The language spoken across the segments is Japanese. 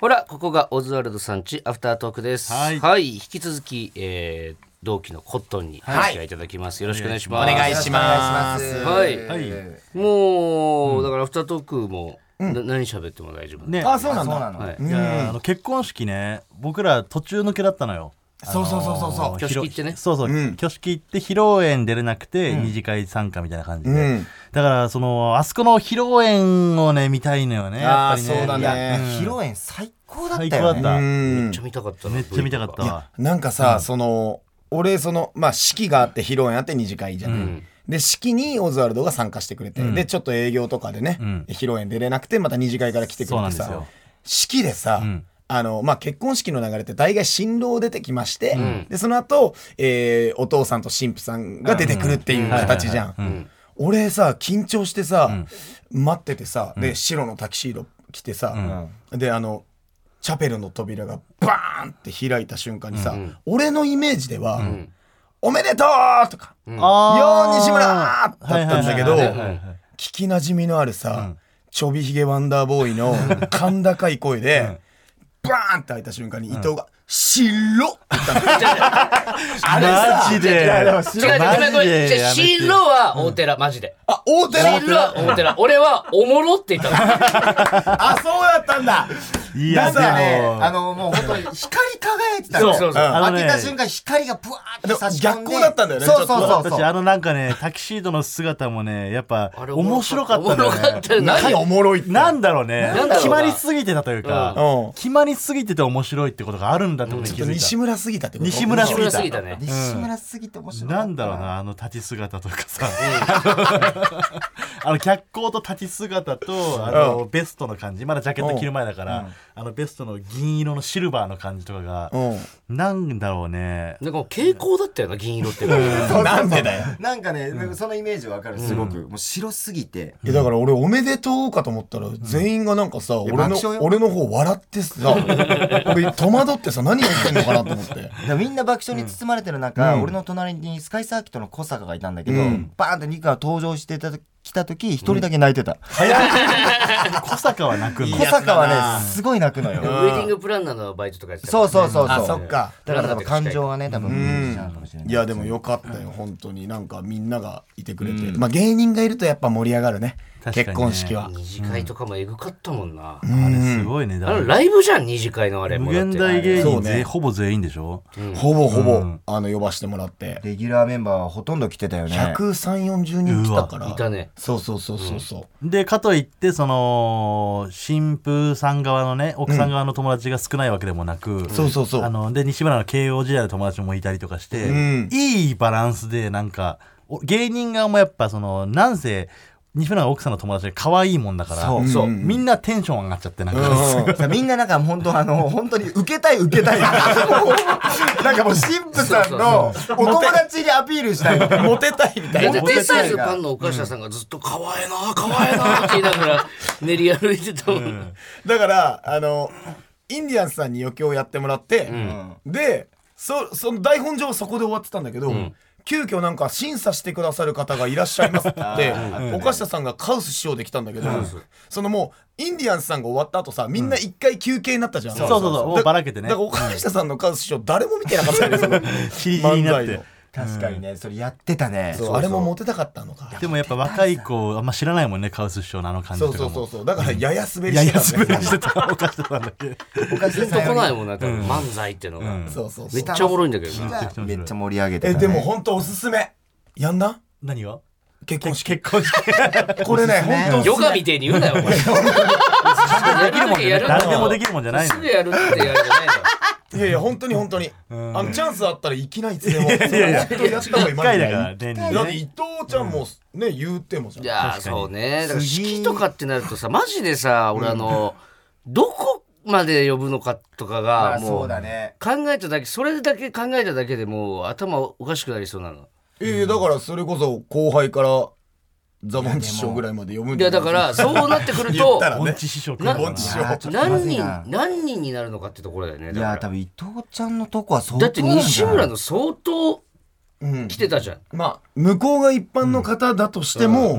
ほらここがオズワルドさんちアフタートークです。はい、引き続き、同期のコットンにお付き合いいただきます。よろしくお願いします。 お願いします。 はい、もうだからアフタートークも何喋っても大丈夫ね。 あ、そうなんだ。 はい、いや結婚式ね、僕ら途中抜けだったのよ。 そう挙式行ってね。 そう、挙式行って披露宴出れなくて二次会参加みたいな感じで、だからあそこの披露宴をね見たいのよね。やっぱりね。 そうだね。披露宴最高だったよね。 最高だった。 めっちゃ見たかった。 めっちゃ見たかったわ。 なんかさ、俺まあ式があって披露宴あって二次会じゃん。で式にオズワルドが参加してくれて、でちょっと営業とかでね、披露宴出れなくてまた二次会から来てくれてさ、式でさ、まあ、結婚式の流れって大概新郎出てきまして、でその後、お父さんと新婦さんが出てくるっていう形じゃん。俺さ緊張してさ、待っててさ、で白のタキシード着てさ、でチャペルの扉がバーンって開いた瞬間にさ、俺のイメージでは、おめでとうとか、よー西村だったんだけど、聞きなじみのあるさ、ちょびひげワンダーボーイの甲高い声で、バーンって開いた瞬間に伊藤が白っって言ったの。 あれさ違う白は大寺マジで。 あ、大寺。 白は大寺。俺はおもろって言ったの。 あ、そうだったんだ。 いやだね、もう本当に光り輝いてた。 そう開けた瞬間光がブワーって差し込んで。 逆光だったんだよね。 そう。 私なんかねタキシードの姿もねやっぱ面白かったんだよね。 何おもろいって。 なんだろうね。決まりすぎてたというか、決まりすぎてて面白いってことがあるんだってことに気づいた。 西村すぎたってこと。 西村すぎたね。 西村すぎて面白い。 なんだろうな立ち姿とかさ、脚光と立ち姿とベストの感じ、まだジャケット着る前だから、ベストの銀色のシルバーの感じとかが、なんだろうね。 なんか蛍光だったよな銀色って。 なんでだよ。 なんかね、そのイメージわかる。すごくもう白すぎて。 だから俺おめでとうかと思ったら全員がなんかさ、俺の方笑ってさ、俺戸惑ってさ何言ってんのかなと思って。 みんな爆笑に包まれてる中、俺の隣にスカイサーキットの小坂がいたんだけど、バーンってニカが登場してきた時一人だけ泣いてた。 小坂は泣くの。 小坂はねすごい泣くのよ。 ウェディングプランナーのバイトとかやってた。 そう。 あ、そっか。 だから多分感情がね多分。 いやでもよかったよ本当に。なんかみんながいてくれて、まあ芸人がいるとやっぱ盛り上がるね。結婚式は二次会とかもエグかったもんな。 あれすごいね。 ライブじゃん二次会のあれ。 無限大芸人ほぼ全員でしょ。 ほぼ呼ばしてもらって、 レギュラーメンバーはほとんど来てたよね。 130、40人来たから。 いたね。 そう。 でかといってその新婦さん側のね奥さん側の友達が少ないわけでもなく、で西村の慶応時代の友達もいたりとかして、いいバランスでなんか芸人側もやっぱなんせ西村が奥さんの友達で可愛いもんだから、みんなテンション上がっちゃってなんか、 みんななんか本当に受けたいなんかもう神父さんのお友達にアピールしたいモテたいみたいな。 デサイズパンのお菓子屋さんがずっと可愛いなって言いながら練り歩いてたもん。 だからインディアンスさんに余興をやってもらって、でその台本上はそこで終わってたんだけど、急遽なんか審査してくださる方がいらっしゃいますって岡下さんがカウス師匠で来たんだけど、もうインディアンスさんが終わった後さ、みんな一回休憩になったじゃん。 そうもうばらけてね。 だから岡下さんのカウス師匠誰も見てなかったよね。 キリキリになって。 確かにね、それやってたね。 あれもモテたかったのか。 でもやっぱ若い子あんま知らないもんね、カウス師匠のあの感じとかも。 そうだからやや滑りしてた岡下さんだけ。 岡下さん来ないもんな、漫才ってのが。めっちゃおもろいんだけどな。 めっちゃ盛り上げて。 でも本当おすすめ。やんな？ 何が？ 結婚式。 これね、 本当ヨガみてえに言うなよ。 誰でもできるもんじゃないの。 すぐやるってやるじゃないの。 いや本当にチャンスあったらいきないつでもやった方がいい。 1回だからだって伊藤ちゃんもね言ってもじゃん。 いやそうね。だから式とかってなるとさ、マジでさ、俺どこまで呼ぶのかとかがもう考えただけ、それだけ考えただけでもう頭おかしくなりそうなの。 だからそれこそ後輩からザボンチ師匠ぐらいまで読むんじゃない。 いやだからそうなってくるとボンチ師匠何人になるのかってところだよね。 いや多分伊藤ちゃんのとこは相当だって西村の相当来てたじゃん。 まあ向こうが一般の方だとしても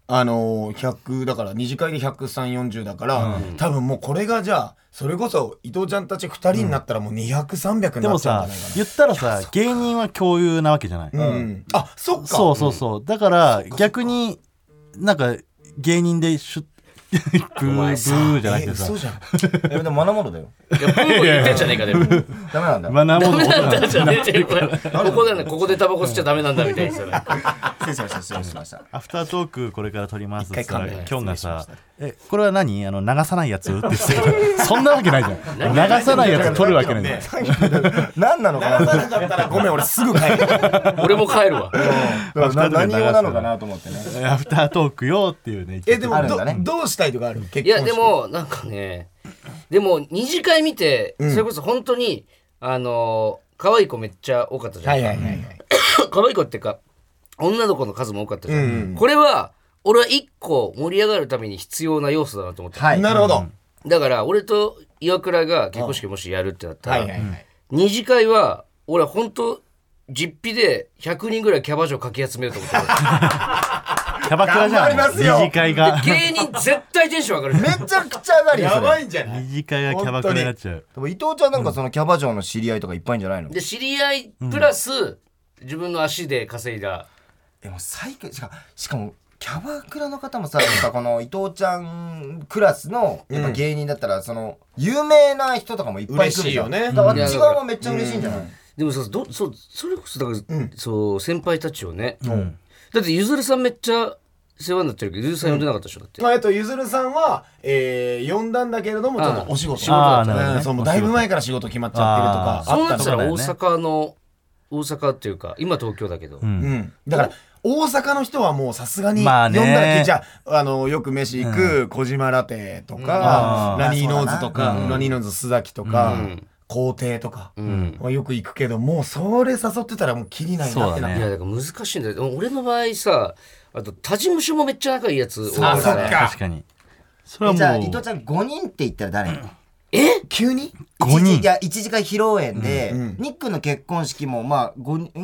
100だから2次会で13040だから、多分もうこれがじゃあそれこそ伊藤ちゃんたち2人になったらもう200300になっちゃうんじゃないかな。 でもさ言ったらさ芸人は共有なわけじゃない、 あそっかそうだから逆になんか芸人でブーじゃなくてさそうじゃんでもマナモードだよ。 いやブー言ってんじゃねえかでもダメなんだ。 マナーモードダメなんだじゃねえってここでタバコ吸っちゃダメなんだみたいな失礼しましたアフタートークこれから撮りますって言ったら一回キョンがさこれは何流さないやつって言ってたけどそんなわけないじゃん流さないやつ撮るわけないじゃん何なのかな。 流さなかったらごめん俺すぐ帰る俺も帰るわ何用なのかなと思ってね。 アフタートークよっていうねでもあるんだねどうしたいとかある結婚式。 いやでもなんかねでも二次会見てそれこそ本当に可愛い子めっちゃ多かったじゃん、可愛い子っていうか女の子の数も多かったじゃん、これは俺は一個盛り上がるために必要な要素だなと思って、 なるほど、 だから俺と岩倉が結婚式もしやるってなったら、二次会は俺は本当実費で100人ぐらいキャバ嬢かき集めようと思ってるキャバクラじゃん二次会が芸人絶対テンション上がるめちゃくちゃ上がるよ。 やばいんじゃない。 二次会がキャバクラになっちゃう。 でも伊藤ちゃんなんかそのキャバ嬢の知り合いとかいっぱいいんじゃないの。 で知り合いプラス、自分の足で稼いだでも最強しかもキャバクラの方もさやっぱこの伊藤ちゃんクラスのやっぱ芸人だったらその有名な人とかもいっぱい来るじゃん。 嬉しいよね。 だからあっち側もめっちゃ嬉しいんじゃない。 でもそれこそだから、そう先輩たちをね、だってゆずるさんめっちゃ世話になってるけどゆずるさん呼んでなかったでしょ。だってゆずるさんは呼んだんだけれどもちょっとお仕事だったね。 そうもうだいぶ前から仕事決まっちゃってるとかそうなったら大阪っていうか今東京だけど、 だから大阪の人はもうさすがに呼んだらじゃあよく飯行く小島ラテとかラニーノーズとかラニーノーズ須崎とか皇帝とかはよく行くけどもうそれ誘ってたらもうキリないなってなって。 いやだから難しいんだよ。俺の場合さあと他事務所もめっちゃ仲いいやつ多いからね。 確かにそれはもうじゃあ伊藤ちゃん5人って言ったら誰。 急に 5人いや1次会披露宴で、ニックの結婚式もまあ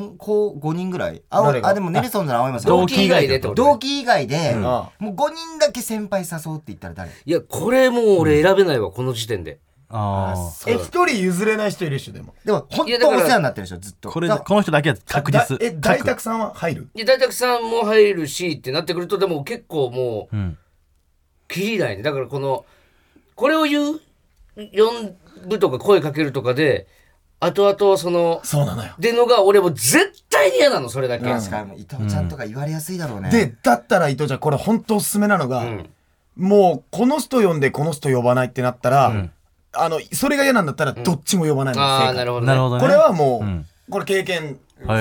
5人ぐらいでもネルソンズの青山さん同期以外でってこと同期以外で、もう5人だけ先輩誘うって言ったら誰。 いやこれもう俺選べないわ、この時点で。 一人譲れない人いるでしょ。でも本当お世話になってるでしょずっと。 この人だけは確実。 大沢さんは入る。 いや大沢さんも入るしってなってくるとでも結構もうキリないね。だからこれを呼ぶとか声かけるとかで後々 そうなのよ。 でのが俺も絶対に嫌なのそれだけ。 確かに伊藤ちゃんとか言われやすいだろうね。 でだったら伊藤ちゃんこれ本当おすすめなのが、もうこの人呼んでこの人呼ばないってなったら、それが嫌なんだったらどっちも呼ばないのが正解。 なるほどね。 これはもう、これ経験。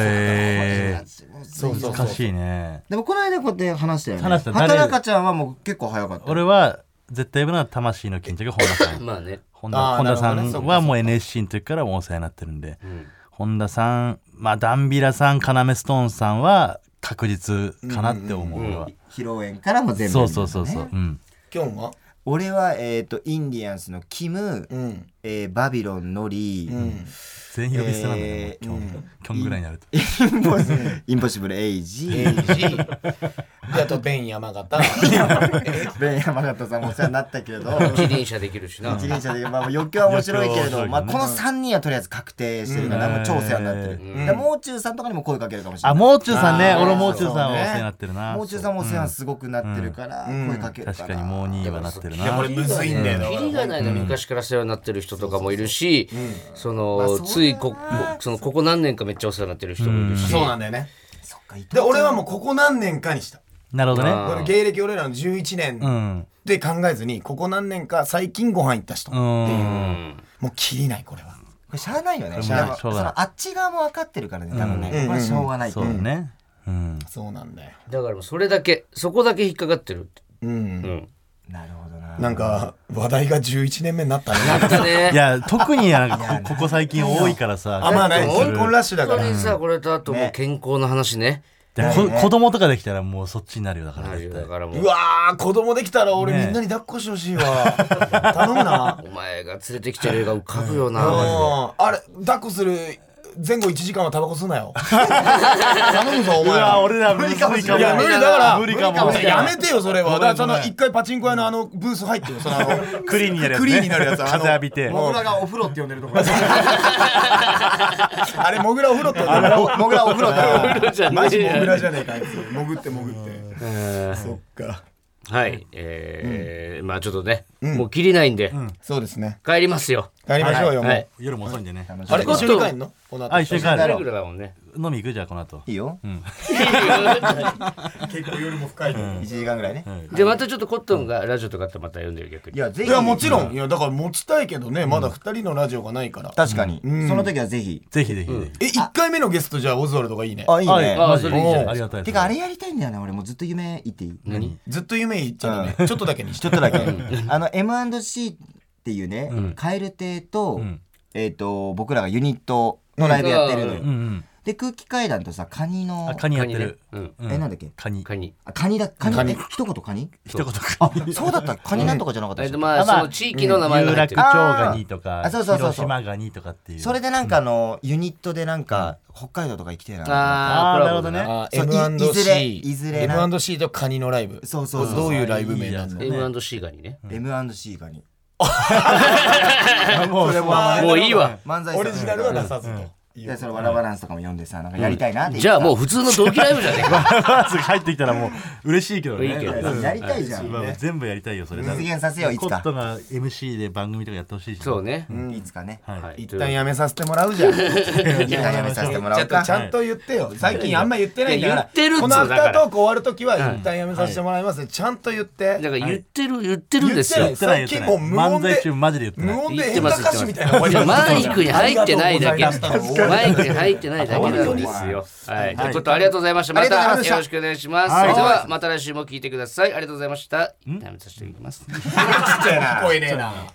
そう難しいね。 でもこの間こうやって話したよね。 畑中ちゃんはもう結構早かった。 俺は絶対呼ぶのは魂の巾着本田さん。 まあね。 本田さんはもう NSC の時からもうお世話になってるんで、本田さん、ダンビラさん、カナメストーンさんは確実かなって思う。 披露宴からも全部。 そう。 キョンは俺はインディアンスのキム、バビロンノリ、 全員呼び捨てなんだね。キョンぐらいになると。 インポッシブルエイジ。 あとベン山形。 ベン山形さんもお世話になったけれど。 一輪車できるしな。 一輪車で余興は面白いけれど、この3人はとりあえず確定してるからもう超お世話になってる。もう中さんとかにも声かけるかもしれない。 もう中さんね。俺もう中さんはお世話になってるな。 もう中さんもお世話すごくなってるから声かけるから。 確かにもう2位はなってるな。 これむずいんだよ。 キリがないの昔から世話になってる人とかもいるし、ついここ何年かめっちゃお世話になってる人もいるし。 そうなんだよね。で俺はもうここ何年かにした。 なるほどね。 これ芸歴俺らの11年で考えずにここ何年か最近ご飯行った人っていうもう切りない。これはこれしゃあないよね。あっち側も分かってるからね多分ね。これはしょうがない。 そうね。 そうなんだよ。 だからそれだけそこだけ引っかかってる。 なるほどな。 なんか話題が11年目になったね。 なったね。 いや特になんかここ最近多いからさ。 まあね結婚ラッシュだから。 本当にさこれとあともう健康の話ね。 子供とかできたらもうそっちになるよ。だからもううわー子供できたら俺みんなに抱っこしてほしいわ。頼むな。 お前が連れてきてる絵が浮かぶよな。 あれ抱っこする前後1時間はタバコ吸うなよ頼むぞお前は。 俺ら無理かも。いや無理だから無理かも。 やめてよそれは。だからその一回パチンコ屋のブース入ってよ、そのクリーンになるやつ、 クリーンになるやつ、 風浴びて、 モグラがお風呂って呼んでるところあれモグラお風呂って呼んでる。 モグラお風呂だマジモグラじゃねえかあいつ。潜ってそっか。 はい、まあちょっとね、もう切りないんで、 そうですね、 帰りますよ。 帰りましょうよ。もう夜も遅いんでね。 あれ一緒に帰んの？ あ、一緒に帰る。 レギュラーだもんね。 飲み行くじゃあこの後。 いいよ。 結構夜も深い。 1時間ぐらいね。 じゃあまたちょっとコットンがラジオとかってまた読んでる逆に。 いやぜひ。 いやもちろん。いやだから持ちたいけどね、まだ2人のラジオがないから。 確かに。その時はぜひ。 ぜひ。 1回目のゲストじゃあオズワルドがいいね。 あいいね。 あそれいいじゃん。 ありがたい。 てかあれやりたいんだよね。俺もうずっと夢言っていい？ 何？ ずっと夢言っちゃうね。ちょっとだけに。 ちょっとだけ。M&C っていうね、蛙亭と僕らがユニットのライブやってるのよ。で空気階段とさカニのカニやってる。 なんだっけ？ カニだ。カニ一言カニ？ 一言あそうだった。カニなんとかじゃなかったっけ？ まあその地域の名前が入ってる。 有楽町ガニとか広島ガニとかっていう。 それでなんかユニットでなんか北海道とか行きてえな。 ああなるほどね。 M&C とカニのライブ。 そうどういうライブ名なの？ M&C ガニね。 M&C ガニ。 もういいわ。 オリジナルは出さずと。 でそれワラバランスとかも読んでさなんかやりたいなって。 じゃあもう普通の同期ライブじゃねえか。 入ってきたらもう嬉しいけどね。 やりたいじゃん。 全部やりたいよそれ。 実現させよういつか。 コットが MC で番組とかやってほしいし。 そうね。 いつかね。 一旦やめさせてもらうじゃん。 一旦やめさせてもらうか。 ちゃんと言ってよ。最近あんま言ってないんだから。 言ってるっつうこのアフタートーク終わるときは一旦やめさせてもらいます。ちゃんと言って。 だから言ってるんですよ。 最近もう無音でマジで言ってない。 無音で演歌歌手みたいな。 マイクに入ってないだけ。マイクに入ってないだけなんですよ。はい。ということありがとうございました。またよろしくお願いします。それではまた来週も聞いてください。ありがとうございました。やめさせていきます。 聞こえねえな。